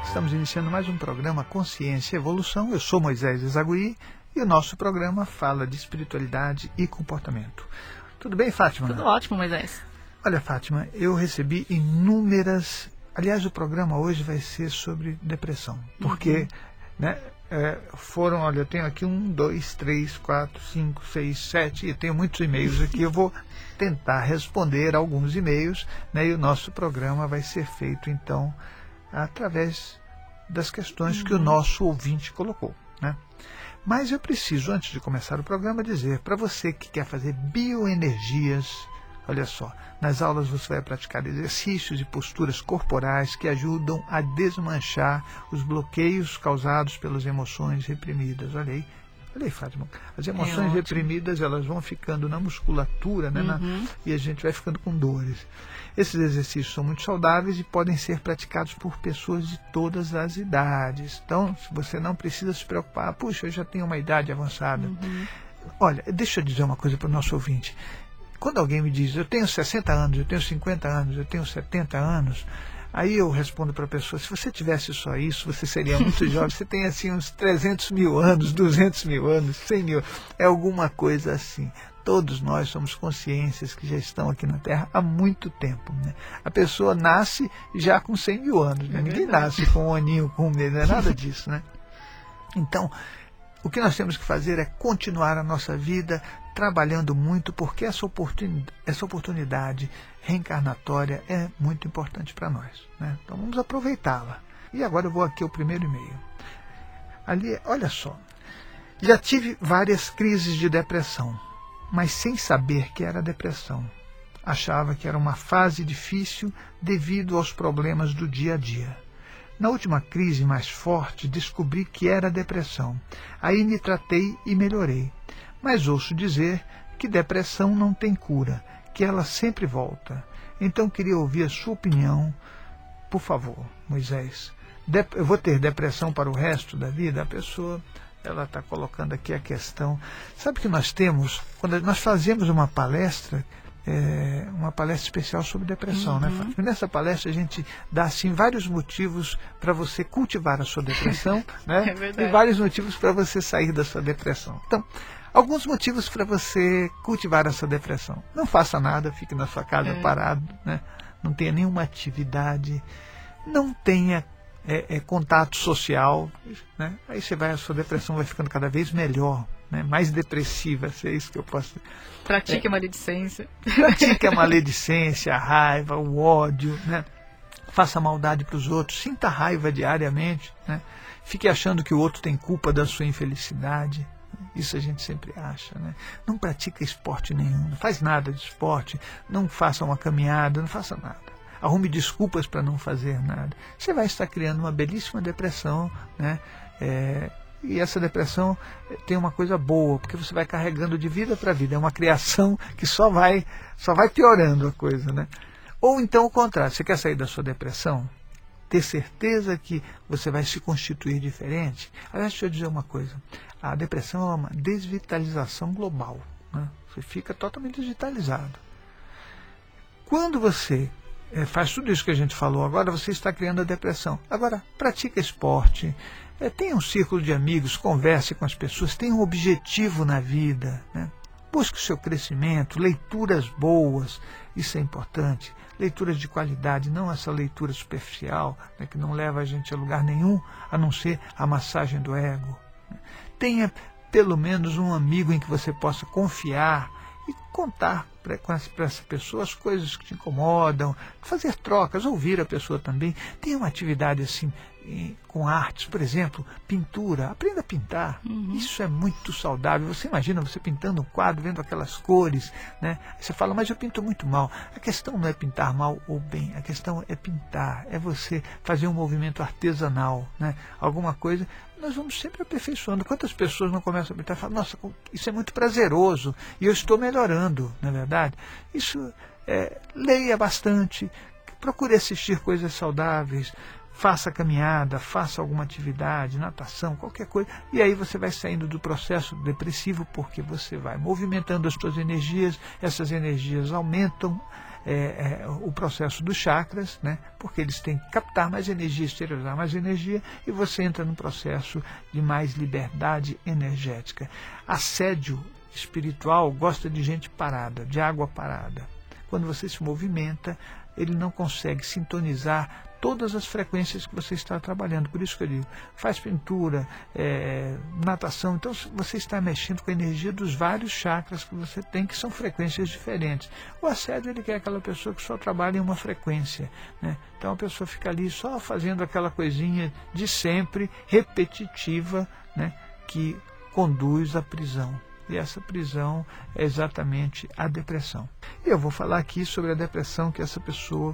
Estamos iniciando mais um programa Consciência e Evolução. Eu sou Moisés Ezagui e o nosso programa fala de espiritualidade e comportamento. Tudo bem, Fátima? Tudo ótimo, Moisés. Olha, Fátima, eu recebi inúmeras... Aliás, o programa hoje vai ser sobre depressão, porque olha, eu tenho aqui 1, 2, 3, 4, 5, 6, 7, e tenho muitos e-mails aqui. Eu vou tentar responder alguns e-mails, né, e o nosso programa vai ser feito, então, através das questões que o nosso ouvinte colocou, né? Mas eu preciso, antes de começar o programa, dizer para você que quer fazer bioenergias, olha só, nas aulas você vai praticar exercícios e posturas corporais que ajudam a desmanchar os bloqueios causados pelas emoções reprimidas. Olha aí, Fátima. As emoções reprimidas, elas vão ficando na musculatura, né, e a gente vai ficando com dores. Esses exercícios são muito saudáveis e podem ser praticados por pessoas de todas as idades. Então, você não precisa se preocupar. Puxa, eu já tenho uma idade avançada. Olha, deixa eu dizer uma coisa para o nosso ouvinte. Quando alguém me diz, eu tenho 60 anos, eu tenho 50 anos, eu tenho 70 anos, aí eu respondo para a pessoa, se você tivesse só isso, você seria muito jovem. Você tem assim uns 300 mil anos, 200 mil anos, 100 mil, é alguma coisa assim. Todos nós somos consciências que já estão aqui na Terra há muito tempo, né? A pessoa nasce já com 100 mil anos, né? Ninguém nasce com um aninho, com um mês, não é nada disso, né? Então, o que nós temos que fazer é continuar a nossa vida trabalhando muito, porque essa oportunidade reencarnatória é muito importante para nós, né? Então vamos aproveitá-la. E agora eu vou aqui ao primeiro e-mail. Ali, olha só. Já tive várias crises de depressão, mas sem saber que era depressão. Achava que era uma fase difícil devido aos problemas do dia a dia. Na última crise mais forte, descobri que era depressão. Aí me tratei e melhorei. Mas ouço dizer que depressão não tem cura, que ela sempre volta. Então queria ouvir a sua opinião. Por favor, Moisés. Eu vou ter depressão para o resto da vida? A pessoa, ela está colocando aqui a questão. Sabe que nós temos, quando nós fazemos uma palestra especial sobre depressão, né, Fátima? Nessa palestra a gente dá assim vários motivos para você cultivar a sua depressão, né? E vários motivos para você sair da sua depressão. Então, alguns motivos para você cultivar essa depressão: não faça nada, fique na sua casa parado, né? Não tenha nenhuma atividade, não tenha contato social, né? Aí a sua depressão vai ficando cada vez melhor, né? Mais depressiva, se é isso que eu posso... Pratique a maledicência. Pratique a maledicência, a raiva, o ódio, né? Faça maldade para os outros, sinta raiva diariamente, né? Fique achando que o outro tem culpa da sua infelicidade. Isso a gente sempre acha, né? Não pratica esporte nenhum, não faz nada de esporte, não faça uma caminhada, não faça nada. Arrume desculpas para não fazer nada. Você vai estar criando uma belíssima depressão, né? E essa depressão tem uma coisa boa, porque você vai carregando de vida para vida. É uma criação que só vai piorando a coisa, né? Ou então o contrário, você quer sair da sua depressão? Ter certeza que você vai se constituir diferente? Aliás, deixa eu dizer uma coisa. A depressão é uma desvitalização global, né? Você fica totalmente desvitalizado. Quando você faz tudo isso que a gente falou agora, você está criando a depressão. Agora, pratica esporte, tenha um círculo de amigos, converse com as pessoas, tenha um objetivo na vida, né? Busque o seu crescimento, leituras boas, isso é importante, leituras de qualidade, não essa leitura superficial, né, que não leva a gente a lugar nenhum, a não ser a massagem do ego. Tenha pelo menos um amigo em que você possa confiar e contar para essa pessoa as coisas que te incomodam, fazer trocas, ouvir a pessoa também. Tenha uma atividade assim com artes, por exemplo, pintura, aprenda a pintar. Isso é muito saudável. Você imagina você pintando um quadro, vendo aquelas cores, né? Aí você fala, mas eu pinto muito mal. A questão não é pintar mal ou bem, a questão é pintar, é você fazer um movimento artesanal, né? Alguma coisa. Nós vamos sempre aperfeiçoando. Quantas pessoas não começam a pintar e falam, nossa, isso é muito prazeroso e eu estou melhorando, não é verdade? Isso, leia bastante, procure assistir coisas saudáveis, faça caminhada, faça alguma atividade, natação, qualquer coisa, e aí você vai saindo do processo depressivo, porque você vai movimentando as suas energias, essas energias aumentam o processo dos chakras, né? Porque eles têm que captar mais energia, exteriorizar mais energia, e você entra num processo de mais liberdade energética. Assédio espiritual gosta de gente parada, de água parada. Quando você se movimenta, ele não consegue sintonizar todas as frequências que você está trabalhando. Por isso que eu digo, faz pintura, natação, então você está mexendo com a energia dos vários chakras que você tem, que são frequências diferentes. O assédio, ele quer aquela pessoa que só trabalha em uma frequência, né? Então a pessoa fica ali só fazendo aquela coisinha de sempre, repetitiva, né? Que conduz à prisão. E essa prisão é exatamente a depressão. E eu vou falar aqui sobre a depressão que essa pessoa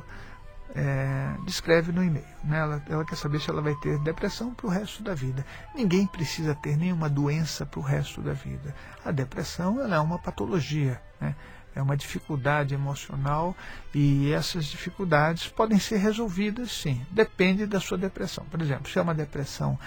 descreve no e-mail, né? Ela quer saber se ela vai ter depressão para o resto da vida. Ninguém precisa ter nenhuma doença para o resto da vida. A depressão, ela é uma patologia, né? É uma dificuldade emocional, e essas dificuldades podem ser resolvidas, sim. Depende da sua depressão. Por exemplo, se é uma depressão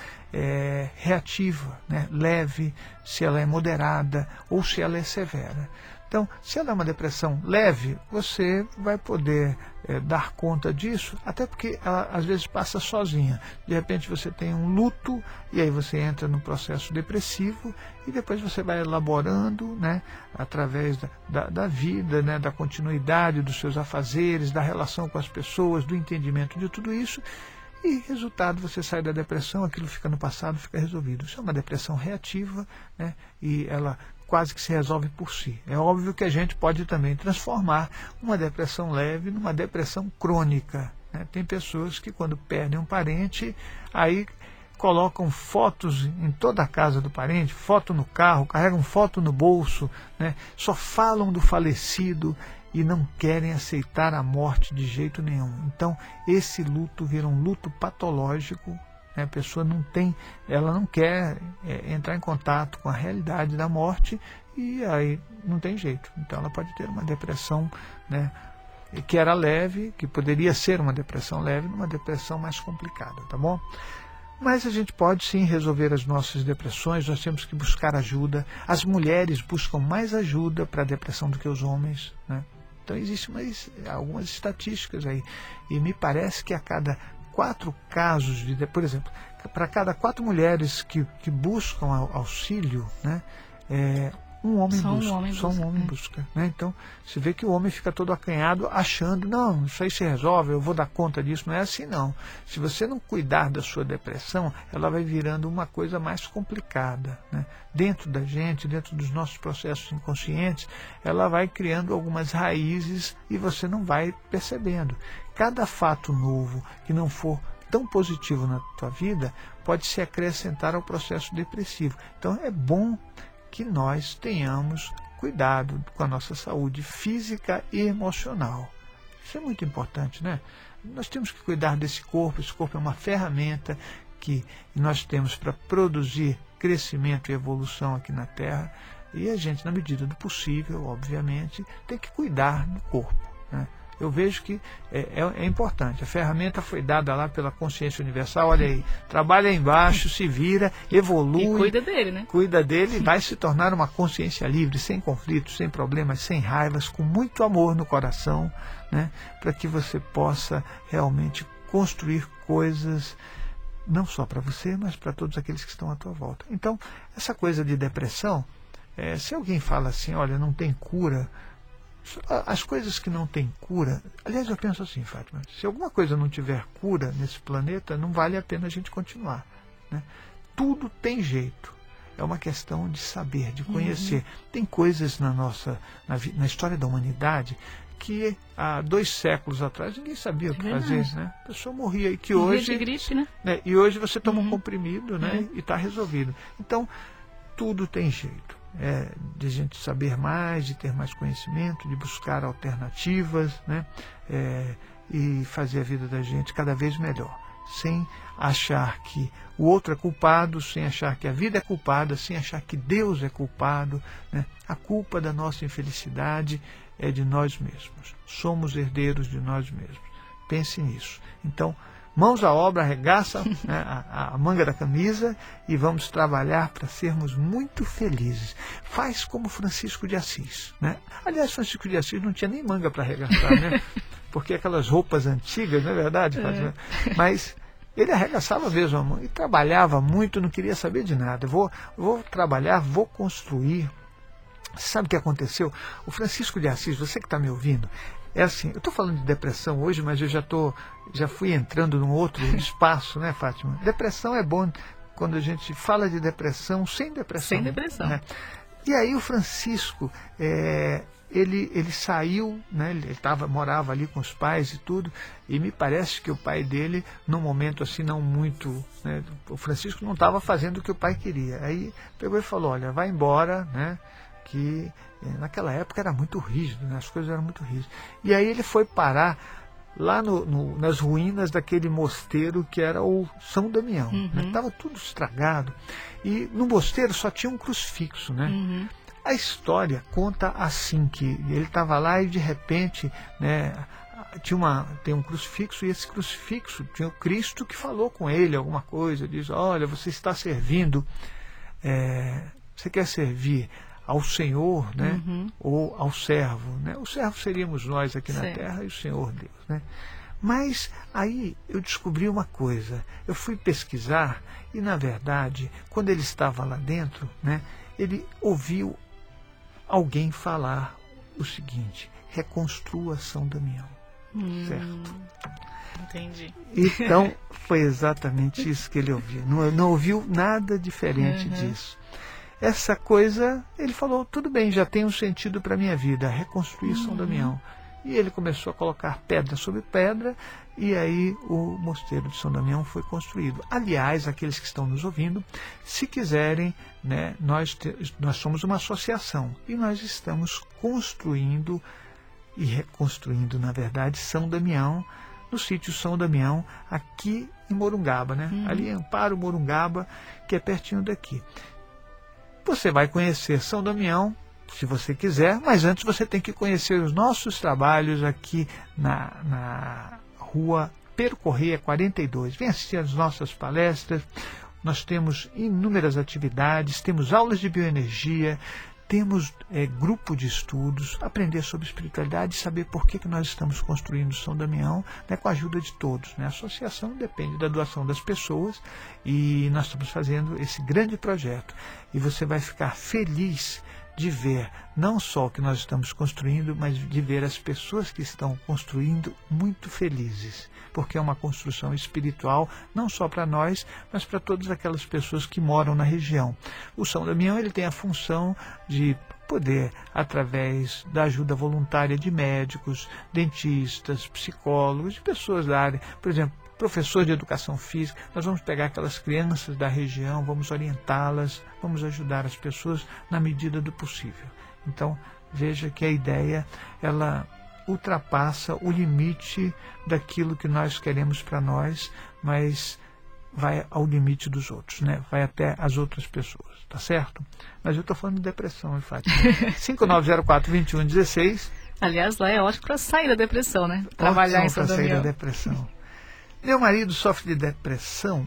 reativa, né? Leve, se ela é moderada ou se ela é severa. Então, se ela é uma depressão leve, você vai poder dar conta disso, até porque ela às vezes passa sozinha. De repente você tem um luto, e aí você entra no processo depressivo, e depois você vai elaborando, né, através da vida, né, da continuidade dos seus afazeres, da relação com as pessoas, do entendimento de tudo isso, e resultado, você sai da depressão, aquilo fica no passado, fica resolvido. Isso é uma depressão reativa, né, e ela quase que se resolve por si. É óbvio que a gente pode também transformar uma depressão leve numa depressão crônica, né? Tem pessoas que, quando perdem um parente, aí colocam fotos em toda a casa do parente, foto no carro, carregam foto no bolso, né? Só falam do falecido e não querem aceitar a morte de jeito nenhum. Então, esse luto vira um luto patológico. A pessoa ela não quer entrar em contato com a realidade da morte, e aí não tem jeito. Então ela pode ter uma depressão, né, que era leve, que poderia ser uma depressão leve, numa depressão mais complicada, tá bom? Mas a gente pode sim resolver as nossas depressões, nós temos que buscar ajuda. As mulheres buscam mais ajuda para a depressão do que os homens, né? Então existem algumas estatísticas aí, e me parece que a cada 4 casos, por exemplo, para cada 4 mulheres que buscam auxílio, né, um homem busca. Só um homem busca, né? Então, você vê que o homem fica todo acanhado, achando, não, isso aí se resolve, eu vou dar conta disso. Não é assim, não. Se você não cuidar da sua depressão, ela vai virando uma coisa mais complicada, né? Dentro da gente, dentro dos nossos processos inconscientes, ela vai criando algumas raízes e você não vai percebendo. Cada fato novo que não for tão positivo na tua vida pode se acrescentar ao processo depressivo. Então é bom que nós tenhamos cuidado com a nossa saúde física e emocional. Isso é muito importante, né? Nós temos que cuidar desse corpo. Esse corpo é uma ferramenta que nós temos para produzir crescimento e evolução aqui na Terra, e a gente, na medida do possível, obviamente, tem que cuidar do corpo, né? Eu vejo que é importante. A ferramenta foi dada lá pela consciência universal. Olha aí, trabalha aí embaixo, se vira, evolui. E cuida dele, né? Cuida dele e vai se tornar uma consciência livre, sem conflitos, sem problemas, sem raivas, com muito amor no coração, né? Para que você possa realmente construir coisas, não só para você, mas para todos aqueles que estão à tua volta. Então, essa coisa de depressão, se alguém fala assim, olha, não tem cura, as coisas que não têm cura, aliás, eu penso assim, Fátima, se alguma coisa não tiver cura nesse planeta, não vale a pena a gente continuar, né? Tudo tem jeito. É uma questão de saber, de conhecer. Tem coisas na história da humanidade que há 2 séculos atrás ninguém sabia o que fazer, né? A pessoa morria, e que hoje, de gripe, né? E hoje você toma um comprimido, né? E está resolvido. Então, tudo tem jeito. De a gente saber mais, de ter mais conhecimento, de buscar alternativas, né? E fazer a vida da gente cada vez melhor, sem achar que o outro é culpado, sem achar que a vida é culpada, sem achar que Deus é culpado, né? A culpa da nossa infelicidade é de nós mesmos. Somos herdeiros de nós mesmos. Pense nisso. Então, mãos à obra, arregaça, né, a manga da camisa e vamos trabalhar para sermos muito felizes. Faz como Francisco de Assis, né? Aliás, Francisco de Assis não tinha nem manga para arregaçar, né? Porque aquelas roupas antigas, não é verdade, Fátima? Mas ele arregaçava mesmo a mão e trabalhava muito, não queria saber de nada. Vou trabalhar, vou construir. Sabe o que aconteceu? O Francisco de Assis, você que está me ouvindo, é assim, eu estou falando de depressão hoje, mas eu já fui entrando num outro espaço, né, Fátima? Depressão é bom quando a gente fala de depressão sem depressão. Sem depressão. Né? E aí o Francisco, ele saiu, né, ele morava ali com os pais e tudo, e me parece que o pai dele, num momento assim não muito, né, o Francisco não estava fazendo o que o pai queria. Aí pegou e falou, olha, vai embora, né? Que naquela época era muito rígido, né? As coisas eram muito rígidas. E aí ele foi parar lá nas ruínas daquele mosteiro que era o São Damião. Estava tudo estragado. E no mosteiro só tinha um crucifixo, né? A história conta assim, que ele estava lá e de repente, né, tem um crucifixo, e esse crucifixo tinha o Cristo que falou com ele alguma coisa, diz, olha, você está servindo, você quer servir ao Senhor, né? Ou ao servo, né? O servo seríamos nós aqui na terra e o Senhor Deus, né? Mas aí eu descobri uma coisa, eu fui pesquisar e na verdade, quando ele estava lá dentro, né, ele ouviu alguém falar o seguinte, reconstrua São Damião, certo? Entendi. Então foi exatamente isso que ele ouviu, não ouviu nada diferente disso. Essa coisa, ele falou, tudo bem, já tem um sentido para a minha vida, reconstruir São Damião. E ele começou a colocar pedra sobre pedra, e aí o mosteiro de São Damião foi construído. Aliás, aqueles que estão nos ouvindo, se quiserem, né, nós somos uma associação, e nós estamos construindo e reconstruindo, na verdade, São Damião, no sítio São Damião, aqui em Morungaba, né? Ali em Amparo, Morungaba, que é pertinho daqui. Você vai conhecer São Damião, se você quiser, mas antes você tem que conhecer os nossos trabalhos aqui na rua Pero Correia 42. Vem assistir às nossas palestras, nós temos inúmeras atividades, temos aulas de bioenergia, temos grupo de estudos, aprender sobre espiritualidade e saber por que nós estamos construindo São Damião, né, com a ajuda de todos, né? A associação depende da doação das pessoas e nós estamos fazendo esse grande projeto. E você vai ficar feliz de ver não só o que nós estamos construindo, mas de ver as pessoas que estão construindo muito felizes, porque é uma construção espiritual não só para nós, mas para todas aquelas pessoas que moram na região. O São Damião ele tem a função de poder, através da ajuda voluntária de médicos, dentistas, psicólogos, de pessoas da área, por exemplo, professor de educação física, nós vamos pegar aquelas crianças da região, vamos orientá-las, vamos ajudar as pessoas na medida do possível. Então, veja que a ideia, ela ultrapassa o limite daquilo que nós queremos para nós, mas vai ao limite dos outros, né? Vai até as outras pessoas, tá certo? Mas eu estou falando de depressão, Fátima. 5904-2116. Aliás, lá é ótimo para sair da depressão, né? Trabalhar em São Damião. Sair da depressão. Meu marido sofre de depressão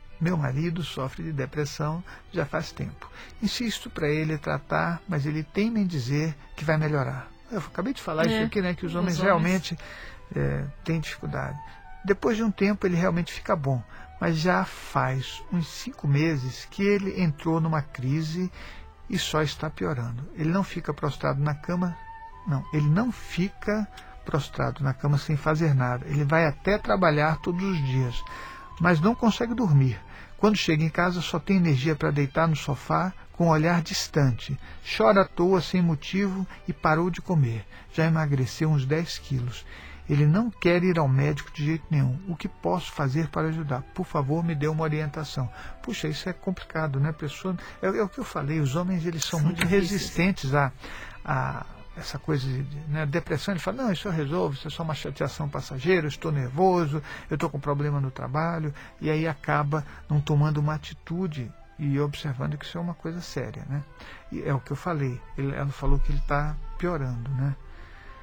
já faz tempo. Insisto para ele tratar, mas ele teima em dizer que vai melhorar. Eu acabei de falar isso aqui, né, que os homens realmente têm dificuldade. Depois de um tempo ele realmente fica bom, mas já faz uns 5 meses que ele entrou numa crise e só está piorando. Ele não fica prostrado na cama, ele não fica prostrado na cama sem fazer nada. Ele vai até trabalhar todos os dias, mas não consegue dormir. Quando chega em casa só tem energia para deitar no sofá com um olhar distante. Chora à toa sem motivo e parou de comer. Já emagreceu uns 10 quilos. Ele não quer ir ao médico de jeito nenhum. O que posso fazer para ajudar? Por favor, me dê uma orientação. Puxa, isso é complicado, né, pessoa? É o que eu falei, os homens eles são muito resistentes a essa coisa de depressão. Ele fala, não, isso eu resolvo, isso é só uma chateação passageira, eu estou nervoso, eu estou com problema no trabalho, e aí acaba não tomando uma atitude e observando que isso é uma coisa séria, né? E é o que eu falei, ela falou que ele está piorando, né?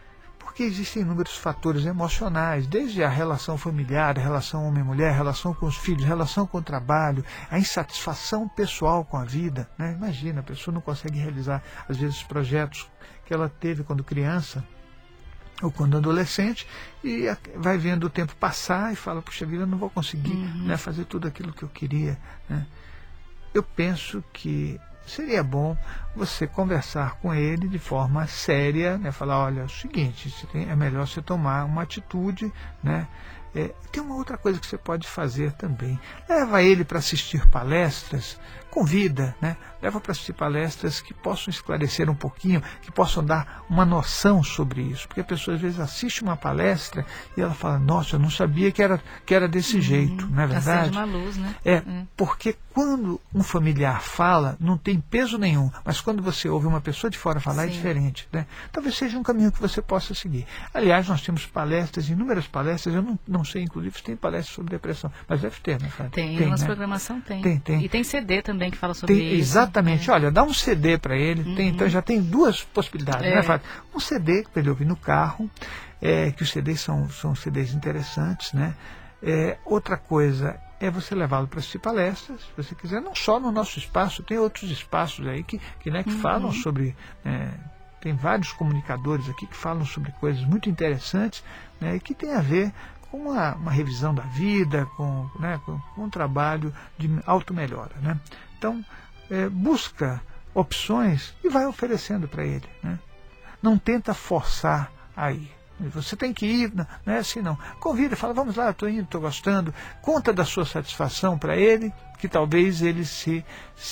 Porque existem inúmeros fatores emocionais, desde a relação familiar, a relação homem-mulher, a relação com os filhos, a relação com o trabalho, a insatisfação pessoal com a vida, né? Imagina, a pessoa não consegue realizar, às vezes, projetos que ela teve quando criança ou quando adolescente, e vai vendo o tempo passar e fala, puxa vida, eu não vou conseguir, né, fazer tudo aquilo que eu queria, né? Eu penso que seria bom você conversar com ele de forma séria, né? Falar, olha, é o seguinte, é melhor você tomar uma atitude, né? Tem uma outra coisa que você pode fazer também. Leva ele para assistir palestras, convida, né? Leva para assistir palestras que possam esclarecer um pouquinho, que possam dar uma noção sobre isso. Porque a pessoa às vezes assiste uma palestra e ela fala, nossa, eu não sabia que era desse jeito, não é verdade? Acende uma luz, né? Porque quando um familiar fala, não tem peso nenhum, mas quando você ouve uma pessoa de fora falar, é diferente, né? Talvez seja um caminho que você possa seguir. Aliás, nós temos palestras, inúmeras palestras, eu não sei, inclusive, se tem palestras sobre depressão, mas deve ter, né, Fábio? Tem, nossa programação tem. Tem. E tem CD também que fala sobre isso. Exatamente, olha, dá um CD para ele, então já tem duas possibilidades, né, Fábio? Um CD para ele ouvir no carro, que os CDs são CDs interessantes, né? Outra coisa é você levá-lo para assistir palestras, se você quiser, não só no nosso espaço, tem outros espaços aí que falam sobre... tem vários comunicadores aqui que falam sobre coisas muito interessantes, né, e que tem a ver com uma revisão da vida, com um trabalho de auto-melhora, né? Então, busca opções e vai oferecendo para ele, né? Não tenta forçar a ir. Você tem que ir, não é assim não. Convida, fala, vamos lá, estou indo, estou gostando. Conta da sua satisfação para ele, que talvez ele se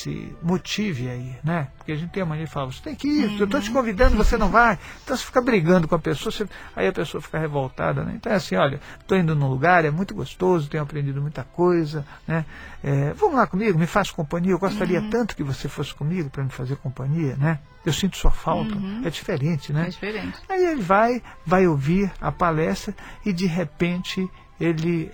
motive aí, né? Porque a gente tem a mania de falar, você tem que ir, eu estou te convidando, você não vai. Então você fica brigando com a pessoa, aí a pessoa fica revoltada, né? Então é assim, olha, estou indo num lugar, é muito gostoso, tenho aprendido muita coisa, né? Vamos lá comigo, me faz companhia, eu gostaria tanto que você fosse comigo para me fazer companhia, né? Eu sinto sua falta, é diferente, né? É diferente. Aí ele vai ouvir a palestra e de repente ele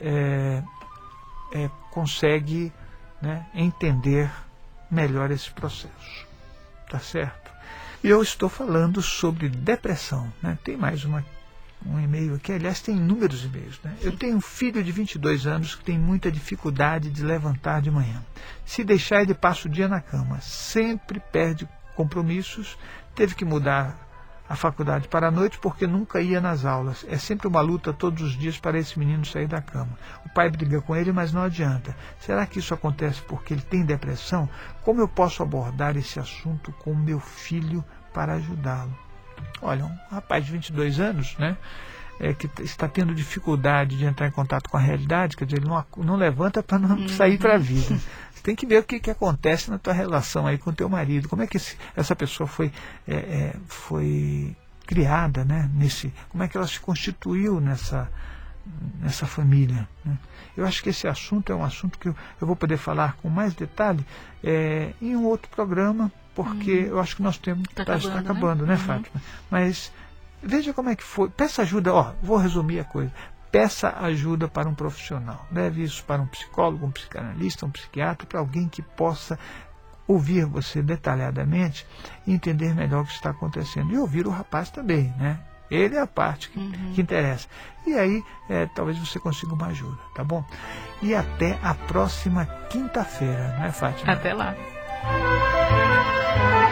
consegue, né, entender melhor esse processo, tá certo? E eu estou falando sobre depressão, né? Tem mais um e-mail aqui, aliás tem inúmeros e-mails, né? Eu tenho um filho de 22 anos que tem muita dificuldade de levantar de manhã. Se deixar ele passa o dia na cama, sempre perde compromissos, teve que mudar a faculdade para a noite porque nunca ia nas aulas. É sempre uma luta todos os dias para esse menino sair da cama. O pai briga com ele, mas não adianta. Será que isso acontece porque ele tem depressão? Como eu posso abordar esse assunto com o meu filho para ajudá-lo? Olha, um rapaz de 22 anos, né, que está tendo dificuldade de entrar em contato com a realidade, quer dizer, ele não levanta para não sair para a vida. Você tem que ver o que acontece na tua relação aí com o teu marido, como é que essa pessoa foi criada, né, como é que ela se constituiu nessa família, né? Eu acho que esse assunto é um assunto que eu vou poder falar com mais detalhe em um outro programa, porque eu acho que nós temos... Está acabando, né, Fátima? Mas veja como é que foi. Peça ajuda, vou resumir a coisa. Peça ajuda para um profissional. Leve isso para um psicólogo, um psicanalista, um psiquiatra, para alguém que possa ouvir você detalhadamente e entender melhor o que está acontecendo. E ouvir o rapaz também, né? Ele é a parte que interessa. E aí, talvez você consiga uma ajuda, tá bom? E até a próxima quinta-feira, não é, Fátima? Até lá.